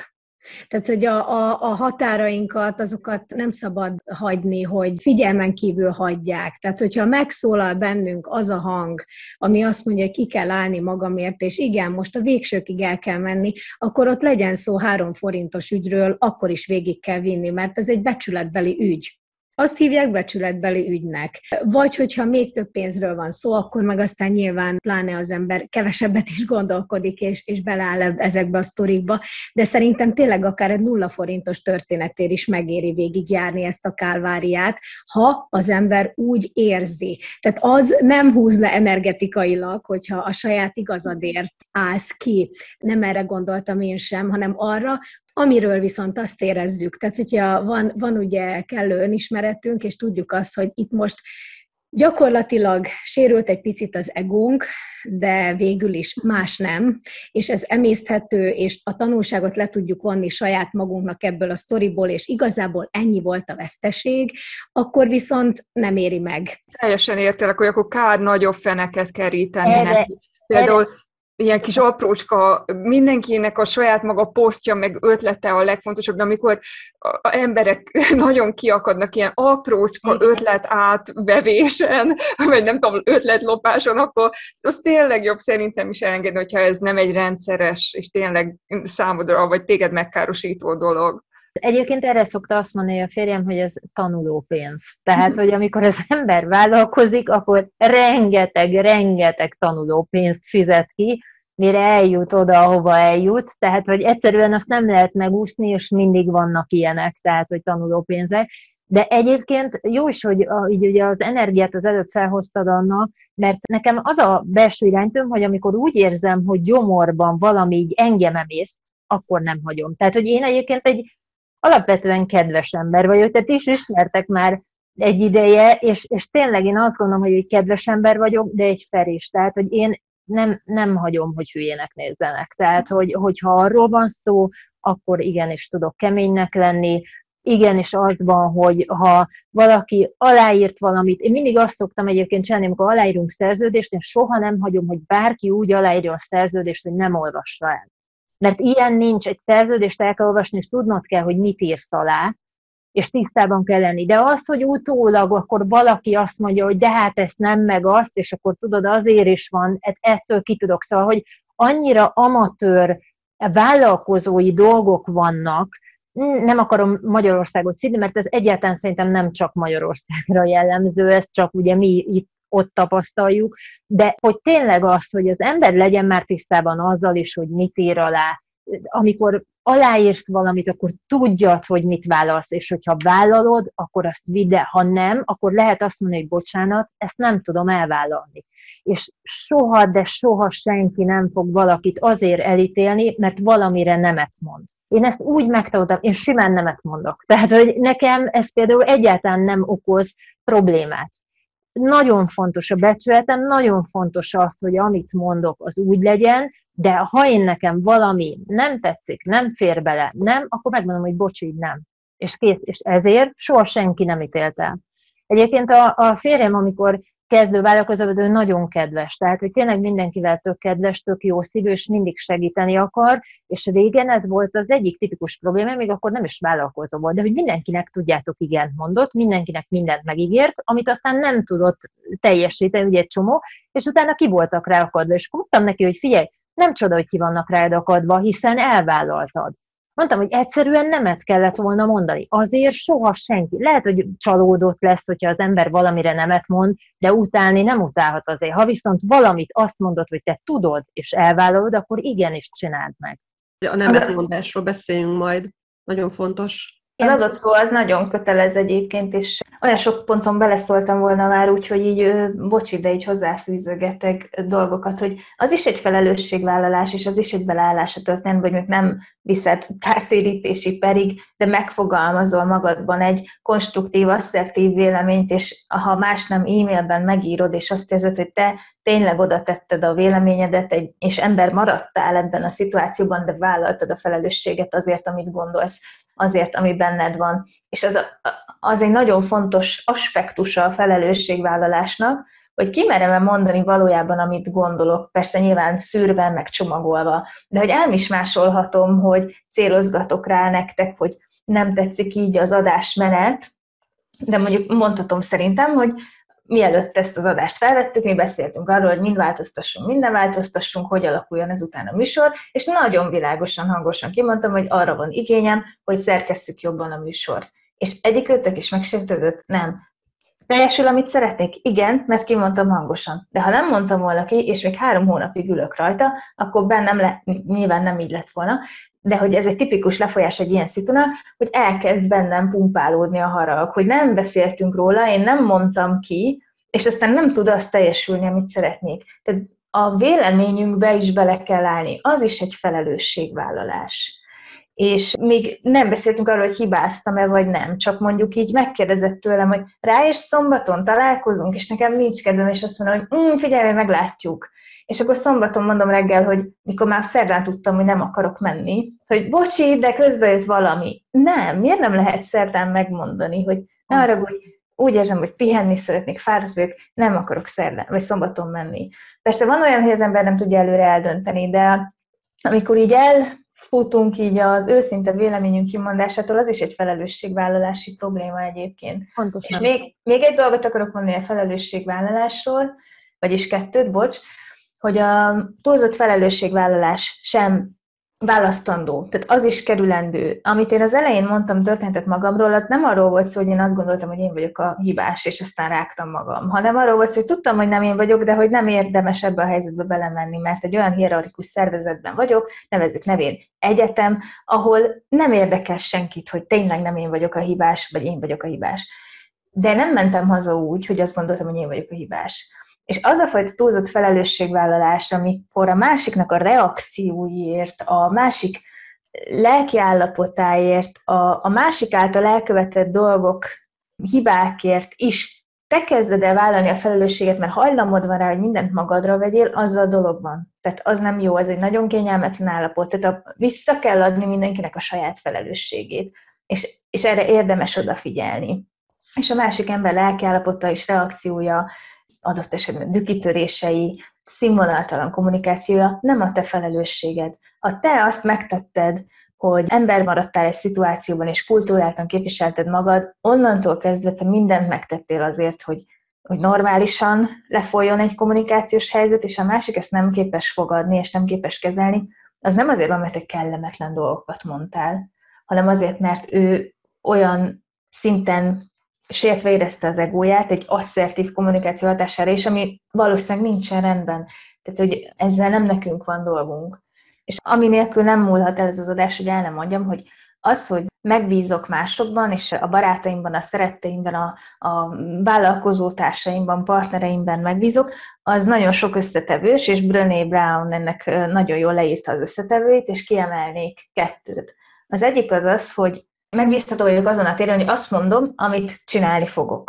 Tehát, hogy a, a, a határainkat, azokat nem szabad hagyni, hogy figyelmen kívül hagyják. Tehát, hogyha megszólal bennünk az a hang, ami azt mondja, hogy ki kell állni magamért, és igen, most a végsőkig el kell menni, akkor ott legyen szó három forintos ügyről, akkor is végig kell vinni, mert ez egy becsületbeli ügy. Azt hívják becsületbeli ügynek. Vagy, hogyha még több pénzről van szó, akkor meg aztán nyilván pláne az ember kevesebbet is gondolkodik, és, és beleáll ezekbe a sztorikba. De szerintem tényleg akár egy nulla forintos történetér is megéri végigjárni ezt a kálváriát, ha az ember úgy érzi. Tehát az nem húz le energetikailag, hogyha a saját igazadért állsz ki. Nem erre gondoltam én sem, hanem arra, amiről viszont azt érezzük. Tehát, hogyha van, van ugye kellő önismeretünk, és tudjuk azt, hogy itt most gyakorlatilag sérült egy picit az egónk, de végül is más nem, és ez emészthető, és a tanulságot le tudjuk vonni saját magunknak ebből a sztoriból, és igazából ennyi volt a veszteség, akkor viszont nem éri meg. Teljesen értelek, hogy akkor kár nagyobb feneket keríteni Erre, neki. Például erre. Ilyen kis aprócska, mindenkinek a saját maga posztja, meg ötlete a legfontosabb, de amikor a emberek nagyon kiakadnak ilyen aprócska ötlet átvevésen, vagy nem tudom, ötletlopáson, akkor az tényleg jobb szerintem is elengedni, hogyha ez nem egy rendszeres, és tényleg számodra, vagy téged megkárosító dolog. Egyébként erre szokta azt mondani a férjem, hogy ez tanulópénz. Tehát, hogy amikor az ember vállalkozik, akkor rengeteg, rengeteg tanulópénzt fizet ki, mire eljut oda, ahova eljut. Tehát, hogy egyszerűen azt nem lehet megúszni, és mindig vannak ilyenek, tehát, hogy tanulópénzek. De egyébként jó is, hogy így ugye az energiát az előbb felhoztad, Anna, mert nekem az a belső iránytőm, hogy amikor úgy érzem, hogy gyomorban valami így engem emészt, akkor nem hagyom. Tehát, hogy én egyébként egy alapvetően kedves ember vagyok, tehát is ismertek már egy ideje, és, és tényleg én azt gondolom, hogy egy kedves ember vagyok, de egy ferés. Tehát, hogy én nem, nem hagyom, hogy hülyének nézzenek. Tehát, hogy, hogyha arról van szó, akkor igenis tudok keménynek lenni, igenis az van, hogy ha valaki aláírt valamit, én mindig azt szoktam egyébként csinálni, amikor aláírunk szerződést, én soha nem hagyom, hogy bárki úgy aláírja a szerződést, hogy nem olvassa el. Mert ilyen nincs, egy szerződést el kell olvasni, és tudnod kell, hogy mit írsz alá, és tisztában kell lenni. De az, hogy utólag akkor valaki azt mondja, hogy de hát ezt nem, meg azt, és akkor tudod, azért is van, ettől ki tudok. Szóval, hogy annyira amatőr, vállalkozói dolgok vannak, nem akarom Magyarországot szidni, mert ez egyáltalán szerintem nem csak Magyarországra jellemző, ez csak ugye mi itt ott tapasztaljuk, de hogy tényleg azt, hogy az ember legyen már tisztában azzal is, hogy mit ír alá. Amikor aláírsz valamit, akkor tudjad, hogy mit vállalsz, és hogyha vállalod, akkor azt vidd el. Ha nem, akkor lehet azt mondani, hogy bocsánat, ezt nem tudom elvállalni. És soha, de soha senki nem fog valakit azért elítélni, mert valamire nemet mond. Én ezt úgy megtanultam, én simán nemet mondok. Tehát, hogy nekem ez például egyáltalán nem okoz problémát. Nagyon fontos a becsületem, nagyon fontos az, hogy amit mondok, az úgy legyen, de ha én nekem valami nem tetszik, nem fér bele, nem, akkor megmondom, hogy bocs, így nem. És kész. És ezért soha senki nem ítélt el. Egyébként a, a férjem, amikor kezdő vállalkozó, ő nagyon kedves, tehát hogy tényleg mindenkivel tök kedves, tök jó szívű, és mindig segíteni akar, és régen ez volt az egyik tipikus probléma, még akkor nem is vállalkozó volt, de hogy mindenkinek, tudjátok, igent mondott, mindenkinek mindent megígért, amit aztán nem tudott teljesíteni, ugye egy csomó, és utána ki voltak rá akadva, és mondtam neki, hogy figyelj, nem csoda, hogy ki vannak rád akadva, hiszen elvállaltad. Mondtam, hogy egyszerűen nemet kellett volna mondani. Azért soha senki. Lehet, hogy csalódott lesz, hogyha az ember valamire nemet mond, de utálni nem utálhat azért. Ha viszont valamit azt mondod, hogy te tudod és elvállalod, akkor igenis csináld meg. A nemetmondásról beszéljünk majd. Nagyon fontos. Az adott szó az nagyon kötelez egyébként, és olyan sok ponton beleszóltam volna már úgy, hogy így, bocsi, de így hozzáfűzögetek dolgokat, hogy az is egy felelősségvállalás, és az is egy beleállás a történetben, hogy nem viszed kártérítési perig, de megfogalmazol magadban egy konstruktív, asszertív véleményt, és ha más nem e-mailben megírod, és azt érzed, hogy te tényleg oda tetted a véleményedet, és ember maradtál ebben a szituációban, de vállaltad a felelősséget azért, amit gondolsz, azért, ami benned van. És az, az egy nagyon fontos aspektusa a felelősségvállalásnak, hogy kimerem-e mondani valójában, amit gondolok, persze nyilván szűrve, meg csomagolva, de hogy elmismásolhatom, hogy célozgatok rá nektek, hogy nem tetszik így az adásmenet, de mondjuk mondhatom szerintem, hogy mielőtt ezt az adást felvettük, mi beszéltünk arról, hogy mind változtassunk, minden változtassunk, hogy alakuljon ezután a műsor, és nagyon világosan, hangosan kimondtam, hogy arra van igényem, hogy szerkesszük jobban a műsort. És egyikőtök is megsértődött? Nem. Teljesül, amit szeretnék? Igen, mert kimondtam hangosan. De ha nem mondtam volna ki, és még három hónapig ülök rajta, akkor bennem le, nyilván nem így lett volna, de hogy ez egy tipikus lefolyás egy ilyen szitunak, hogy elkezd bennem pumpálódni a harag, hogy nem beszéltünk róla, én nem mondtam ki, és aztán nem tud azt teljesülni, amit szeretnék. Tehát a véleményünkbe is bele kell állni. Az is egy felelősségvállalás. És még nem beszéltünk arról, hogy hibáztam-e, vagy nem, csak mondjuk így megkérdezett tőlem, hogy rá és szombaton találkozunk, és nekem nincs kedvem, és azt mondom, hogy mm, figyelj, meglátjuk. És akkor szombaton mondom reggel, hogy mikor már szerdán tudtam, hogy nem akarok menni, hogy bocsi, de közben jött valami. Nem, miért nem lehet szerdán megmondani, hogy ne haragudj, úgy érzem, hogy pihenni szeretnék, fáradt vagyok, nem akarok szerdán, vagy szombaton menni. Persze van olyan, hogy az ember nem tudja előre eldönteni, de amikor így elfutunk így az őszinte véleményünk kimondásától, az is egy felelősségvállalási probléma egyébként. Pontosan. És még, még egy dolgot akarok mondani a felelősségvállalásról, vagyis kettőt, bocs, hogy a túlzott felelősségvállalás sem választandó, tehát az is kerülendő. Amit én az elején mondtam történetet magamról, ott nem arról volt szó, hogy én azt gondoltam, hogy én vagyok a hibás, és aztán rágtam magam, hanem arról volt szó, hogy tudtam, hogy nem én vagyok, de hogy nem érdemes ebbe a helyzetbe belemenni, mert egy olyan hierarchikus szervezetben vagyok, nevezzük nevén egyetem, ahol nem érdekel senkit, hogy tényleg nem én vagyok a hibás, vagy én vagyok a hibás. De nem mentem haza úgy, hogy azt gondoltam, hogy én vagyok a hibás. És az a fajta túlzott felelősségvállalás, amikor a másiknak a reakcióiért, a másik lelki állapotáért, a, a másik által elkövetett dolgok, hibákért is te kezded el vállalni a felelősséget, mert hajlamod van rá, hogy mindent magadra vegyél, azzal dolog van. Tehát az nem jó, ez egy nagyon kényelmetlen állapot. Tehát a, vissza kell adni mindenkinek a saját felelősségét, és, és erre érdemes odafigyelni. És a másik ember lelki állapota és reakciója, adott esetben dükitörései, színvonaltalan kommunikációja nem a te felelősséged. Ha te azt megtetted, hogy ember maradtál egy szituációban, és kultúráltan képviselted magad, onnantól kezdve te mindent megtettél azért, hogy, hogy normálisan lefolyjon egy kommunikációs helyzet, és a másik ezt nem képes fogadni, és nem képes kezelni, az nem azért van, mert te kellemetlen dolgokat mondtál, hanem azért, mert ő olyan szinten sértve érezte az egóját egy asszertív kommunikáció hatására is, ami valószínűleg nincsen rendben. Tehát, hogy ezzel nem nekünk van dolgunk. És ami nélkül nem múlhat el ez az adás, hogy el nem mondjam, hogy az, hogy megbízok másokban, és a barátaimban, a szeretteimben, a, a vállalkozótársaimban, partnereimben megbízok, az nagyon sok összetevős, és Brené Brown ennek nagyon jól leírta az összetevőit, és kiemelnék kettőt. Az egyik az az, hogy megbízható vagyok azon a téren, hogy azt mondom, amit csinálni fogok.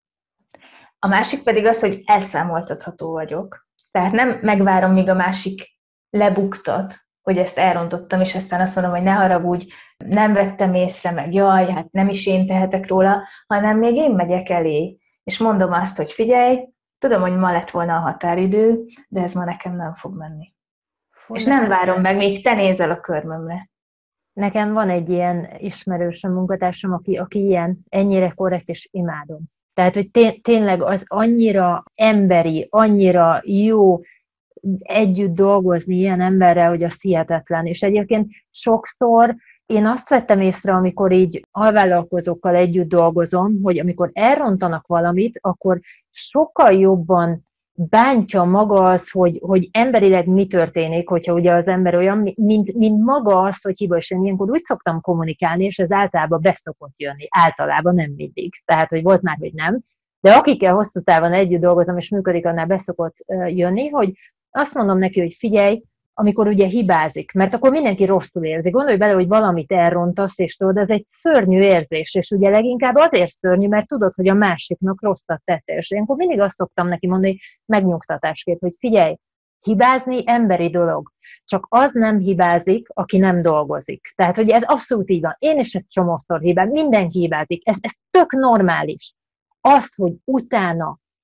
A másik pedig az, hogy elszámoltatható vagyok. Tehát nem megvárom, míg a másik lebuktat, hogy ezt elrontottam, és aztán azt mondom, hogy ne haragudj, nem vettem észre, meg jaj, hát nem is én tehetek róla, hanem még én megyek elé, és mondom azt, hogy figyelj, tudom, hogy ma lett volna a határidő, de ez ma nekem nem fog menni. Fog és nem várom meg, még te nézel a körmömre. Nekem van egy ilyen ismerősöm, munkatársam, aki, aki ilyen, ennyire korrekt, és imádom. Tehát, hogy té- tényleg az annyira emberi, annyira jó együtt dolgozni ilyen emberrel, hogy az hihetetlen. És egyébként sokszor én azt vettem észre, amikor így alvállalkozókkal együtt dolgozom, hogy amikor elrontanak valamit, akkor sokkal jobban bántja maga az, hogy, hogy emberileg mi történik, hogyha ugye az ember olyan, mint, mint maga az, hogy hiba, és én ilyenkor úgy szoktam kommunikálni, és ez általában beszokott jönni. Általában nem mindig. Tehát, hogy volt már, hogy nem. De akikkel hosszú távon együtt dolgozom, és működik, annál beszokott jönni, hogy azt mondom neki, hogy figyelj, amikor ugye hibázik, mert akkor mindenki rosszul érzi. Gondolj bele, hogy valamit elrontasz, és tudod, ez egy szörnyű érzés, és ugye leginkább azért szörnyű, mert tudod, hogy a másiknak rosszat tettél. És ilyenkor mindig azt szoktam neki mondani, megnyugtatásképp, hogy figyelj, hibázni emberi dolog. Csak az nem hibázik, aki nem dolgozik. Tehát, hogy ez abszolút így van. Én is egy csomószor hibám, mindenki hibázik. Ez, ez tök normális. Azt, hogy utána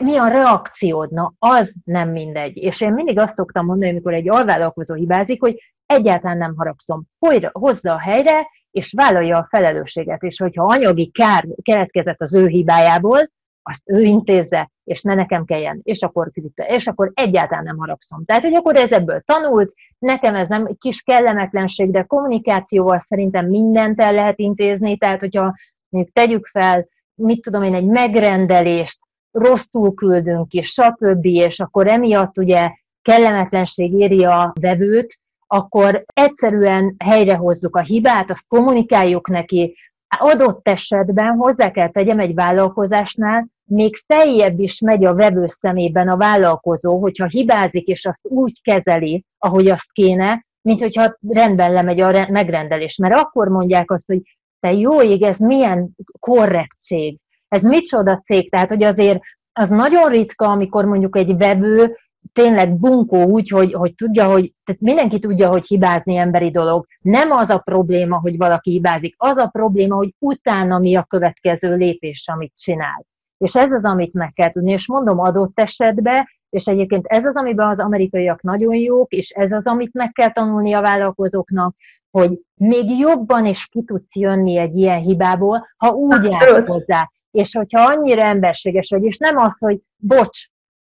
mi a reakciód? Na, az nem mindegy. És én mindig azt szoktam mondani, amikor egy alvállalkozó hibázik, hogy egyáltalán nem haragszom. Hozza a helyre, és vállalja a felelősséget. És hogyha anyagi kár keletkezett az ő hibájából, azt ő intézze, és ne nekem kelljen, és akkor, és akkor egyáltalán nem haragszom. Tehát, hogy akkor ez ebből tanult, nekem ez nem kis kellemetlenség, de kommunikációval szerintem mindent el lehet intézni, tehát, hogyha mondjuk tegyük fel, mit tudom én, egy megrendelést, rosszul küldünk ki, stb., és akkor emiatt ugye kellemetlenség éri a vevőt, akkor egyszerűen helyrehozzuk a hibát, azt kommunikáljuk neki. Adott esetben hozzá kell tegyem egy vállalkozásnál, még feljebb is megy a vevő szemében a vállalkozó, hogyha hibázik, és azt úgy kezeli, ahogy azt kéne, mint hogyha rendben lemegy a megrendelés. Mert akkor mondják azt, hogy te jó ég, ez milyen korrekt cég, ez micsoda cég, tehát hogy azért az nagyon ritka, amikor mondjuk egy vevő tényleg bunkó úgy, hogy, hogy tudja, hogy tehát mindenki tudja, hogy hibázni emberi dolog. Nem az a probléma, hogy valaki hibázik, az a probléma, hogy utána mi a következő lépés, amit csinál. És ez az, amit meg kell tudni, és mondom adott esetben, és egyébként ez az, amiben az amerikaiak nagyon jók, és ez az, amit meg kell tanulni a vállalkozóknak, hogy még jobban is ki tudsz jönni egy ilyen hibából, ha úgy állsz hozzá. És hogyha annyira emberséges vagy, és nem az, hogy bocs,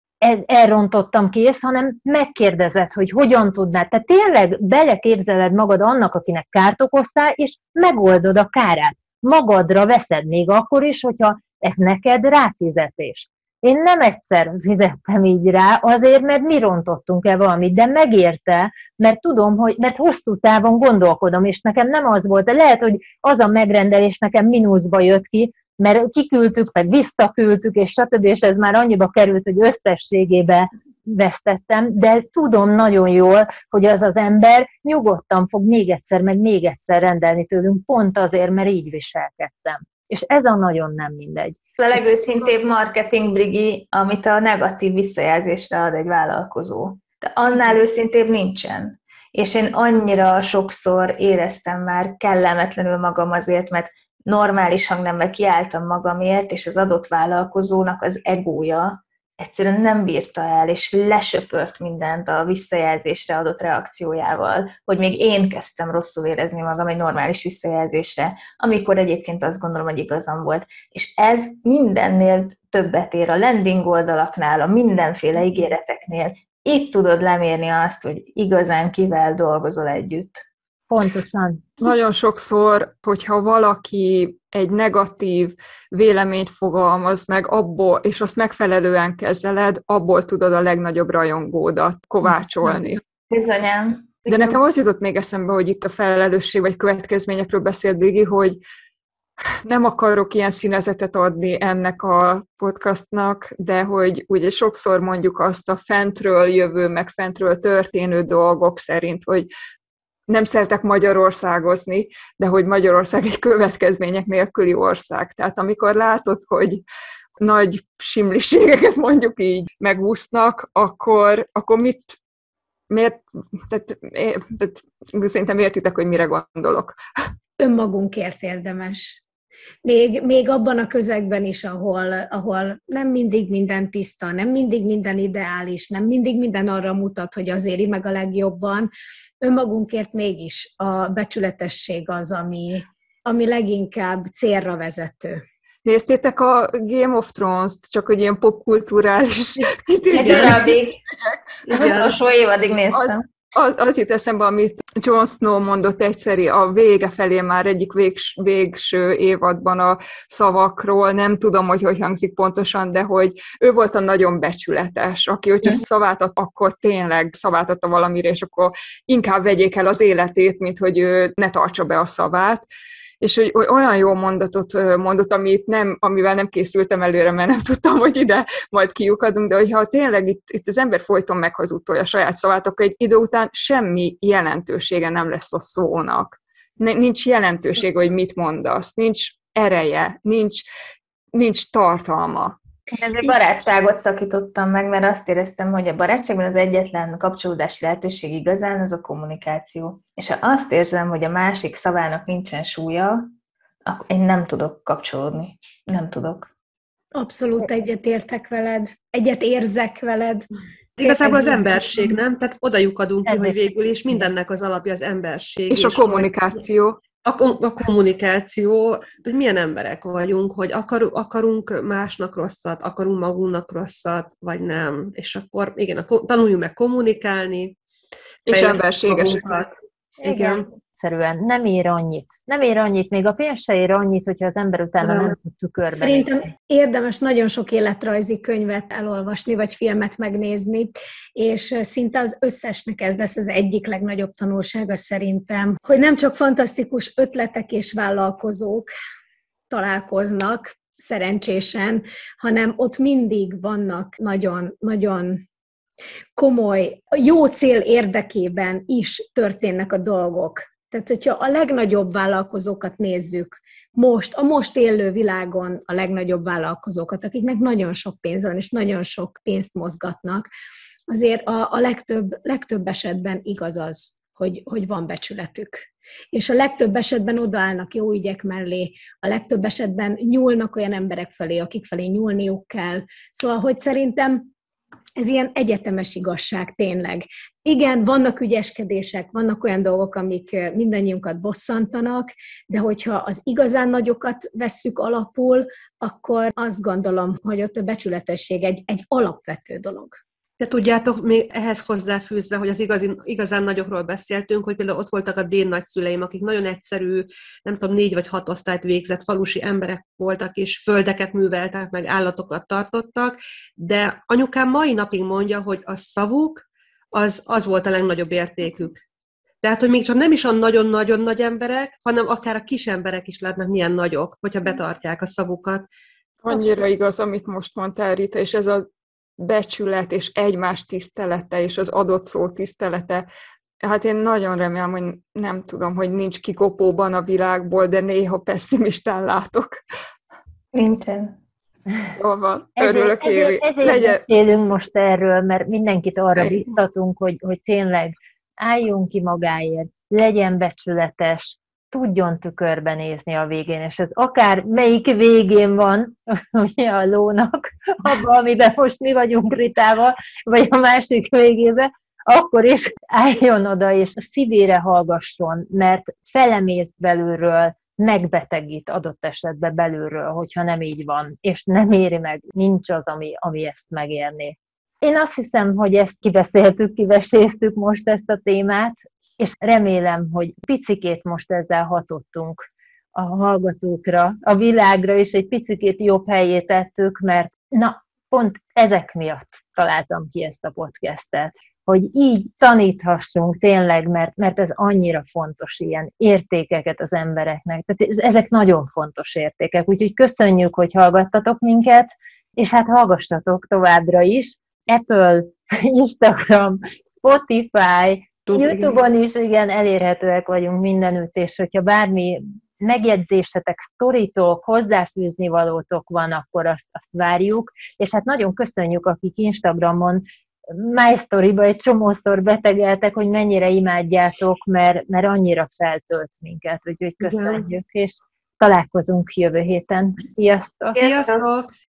elrontottam kész, hanem megkérdezed, hogy hogyan tudnád. Tehát tényleg beleképzeled magad annak, akinek kárt okoztál, és megoldod a kárát. Magadra veszed még akkor is, hogyha ez neked ráfizetés. Én nem egyszer fizettem így rá, azért, mert mi rontottunk el valamit, de megérte, mert tudom, hogy, mert hosszú távon gondolkodom, és nekem nem az volt, de lehet, hogy az a megrendelés nekem mínuszba jött ki, mert kiküldtük, meg visszaküldtük, és stb., és ez már annyiba került, hogy összességében vesztettem, de tudom nagyon jól, hogy az az ember nyugodtan fog még egyszer, meg még egyszer rendelni tőlünk, pont azért, mert így viselkedtem. És ez a nagyon nem mindegy. A legőszintébb marketing, Brigi, amit a negatív visszajelzésre ad egy vállalkozó. De annál őszintébb nincsen. És én annyira sokszor éreztem már kellemetlenül magam azért, mert normális hangnemben kiálltam magamért, és az adott vállalkozónak az egója egyszerűen nem bírta el, és lesöpört mindent a visszajelzésre adott reakciójával, hogy még én kezdtem rosszul érezni magam egy normális visszajelzésre, amikor egyébként azt gondolom, hogy igazam volt. És ez mindennél többet ér a landing oldalaknál, a mindenféle ígéreteknél. Itt tudod lemérni azt, hogy igazán kivel dolgozol együtt. Pontosan. Nagyon sokszor, hogyha valaki egy negatív véleményt fogalmaz meg abból, és azt megfelelően kezeled, abból tudod a legnagyobb rajongódat kovácsolni. Bizonyám. De nekem az jutott még eszembe, hogy itt a felelősség vagy következményekről beszélt Brigi, hogy nem akarok ilyen színezetet adni ennek a podcastnak, de hogy ugye sokszor mondjuk azt a fentről jövő, meg fentről történő dolgok szerint, hogy nem szeretek magyarországozni, de hogy Magyarország egy következmények nélküli ország. Tehát amikor látod, hogy nagy simliségeket mondjuk így megúsznak, akkor, akkor mit, miért, tehát, tehát szerintem értitek, hogy mire gondolok. Önmagunkért érdemes. Még, még abban a közegben is, ahol, ahol nem mindig minden tiszta, nem mindig minden ideális, nem mindig minden arra mutat, hogy az éri meg a legjobban, önmagunkért mégis a becsületesség az, ami, ami leginkább célra vezető. Néztétek a Game of Thrones-t, csak hogy ilyen popkulturális... Egy darabig. Az utolsó évadig néztem. Az, az jut eszembe, amit Jon Snow mondott egyszeri a vége felé már egyik végs, végső évadban a szavakról, nem tudom, hogy hogy hangzik pontosan, de hogy ő volt a nagyon becsületes, aki, hogyha szavát ad, akkor tényleg szavát adta valamire, és akkor inkább vegyék el az életét, mint hogy ő ne tartsa be a szavát. És hogy olyan jó mondatot mondott, amit nem, amivel nem készültem előre, mert nem tudtam, hogy ide majd kiukadunk, de hogyha tényleg itt, itt az ember folyton meghazudtolja a saját szavát, akkor egy idő után semmi jelentősége nem lesz a szónak. Nincs jelentősége, hogy mit mondasz, nincs ereje, nincs, nincs tartalma. Én ezért barátságot szakítottam meg, mert azt éreztem, hogy a barátságban az egyetlen kapcsolódási lehetőség igazán az a kommunikáció. És ha azt érzem, hogy a másik szavának nincsen súlya, akkor én nem tudok kapcsolódni. Nem tudok. Abszolút egyet értek veled, egyet érzek veled. Igazából az emberség, nem? Tehát oda lyukadunk ki, Ez hogy is. végül is mindennek az alapja az emberség. És a kommunikáció. A, kom- a kommunikáció, hogy milyen emberek vagyunk, hogy akar, akarunk másnak rosszat, akarunk magunknak rosszat, vagy nem. És akkor igen, a, tanuljunk meg kommunikálni. És emberségesek. Igen. igen. Egyszerűen nem ér annyit. Nem ér annyit, még a pénz se ér annyit, hogyha az ember utána nem, nem tud tükörbe. Szerintem érdemes nagyon sok életrajzi könyvet elolvasni, vagy filmet megnézni, és szinte az összesnek ez lesz az egyik legnagyobb tanulsága szerintem, hogy nem csak fantasztikus ötletek és vállalkozók találkoznak szerencsésen, hanem ott mindig vannak nagyon-nagyon komoly, jó cél érdekében is történnek a dolgok. Tehát, hogyha a legnagyobb vállalkozókat nézzük, most, a most élő világon a legnagyobb vállalkozókat, akiknek nagyon sok pénz van, és nagyon sok pénzt mozgatnak, azért a, a legtöbb, legtöbb esetben igaz az, hogy, hogy van becsületük. És a legtöbb esetben odaállnak jó ügyek mellé, a legtöbb esetben nyúlnak olyan emberek felé, akik felé nyúlniuk kell. Szóval, hogy szerintem ez ilyen egyetemes igazság tényleg. Igen, vannak ügyeskedések, vannak olyan dolgok, amik mindannyiunkat bosszantanak, de hogyha az igazán nagyokat vesszük alapul, akkor azt gondolom, hogy ott a becsületesség egy, egy alapvető dolog. De tudjátok, még ehhez hozzáfűzve, hogy az igazi, igazán nagyokról beszéltünk, hogy például ott voltak a dén nagyszüleim, akik nagyon egyszerű, nem tudom, négy vagy hat osztályt végzett falusi emberek voltak, és földeket műveltek, meg állatokat tartottak, de anyukám mai napig mondja, hogy a szavuk, az, az volt a legnagyobb értékük. Tehát, hogy még csak nem is a nagyon-nagyon nagy emberek, hanem akár a kis emberek is lehetnek milyen nagyok, hogyha betartják a szavukat. Annyira igaz, amit most mondtál, Rita, és ez a becsület és egymás tisztelete és az adott szó tisztelete. Hát én nagyon remélem, hogy nem tudom, hogy nincs kikopóban a világból, de néha pessimistán látok. Nincsen. Jól van, örülök, Évi. Ezért, ezért beszélünk most erről, mert mindenkit arra biztatunk, hogy, hogy tényleg álljon ki magáért, legyen becsületes, tudjon tükörbe nézni a végén, és ez akár melyik végén van, ugye a lónak, abban, amiben most mi vagyunk Ritával, vagy a másik végében, akkor is álljon oda, és szívére hallgasson, mert felemész belülről, megbetegít adott esetben belülről, hogyha nem így van, és nem éri meg, nincs az, ami, ami ezt megérné. Én azt hiszem, hogy ezt kibeszéltük, kiveséztük most ezt a témát, és remélem, hogy picikét most ezzel hatottunk a hallgatókra, a világra, és egy picikét jobb helyé tettük, mert na, pont ezek miatt találtam ki ezt a podcastet, hogy így taníthassunk tényleg, mert, mert ez annyira fontos ilyen értékeket az embereknek. Tehát ezek nagyon fontos értékek, úgyhogy köszönjük, hogy hallgattatok minket, és hát hallgassatok továbbra is. Apple, Instagram, Spotify, YouTube-on is igen, elérhetőek vagyunk mindenütt, és hogyha bármi megjegyzésetek, sztoritok, hozzáfűzni valótok van, akkor azt, azt várjuk, és hát nagyon köszönjük, akik Instagramon My Story-ba egy csomószor betegeltek, hogy mennyire imádjátok, mert, mert annyira feltölt minket, úgyhogy köszönjük, és találkozunk jövő héten. Sziasztok! Sziasztok!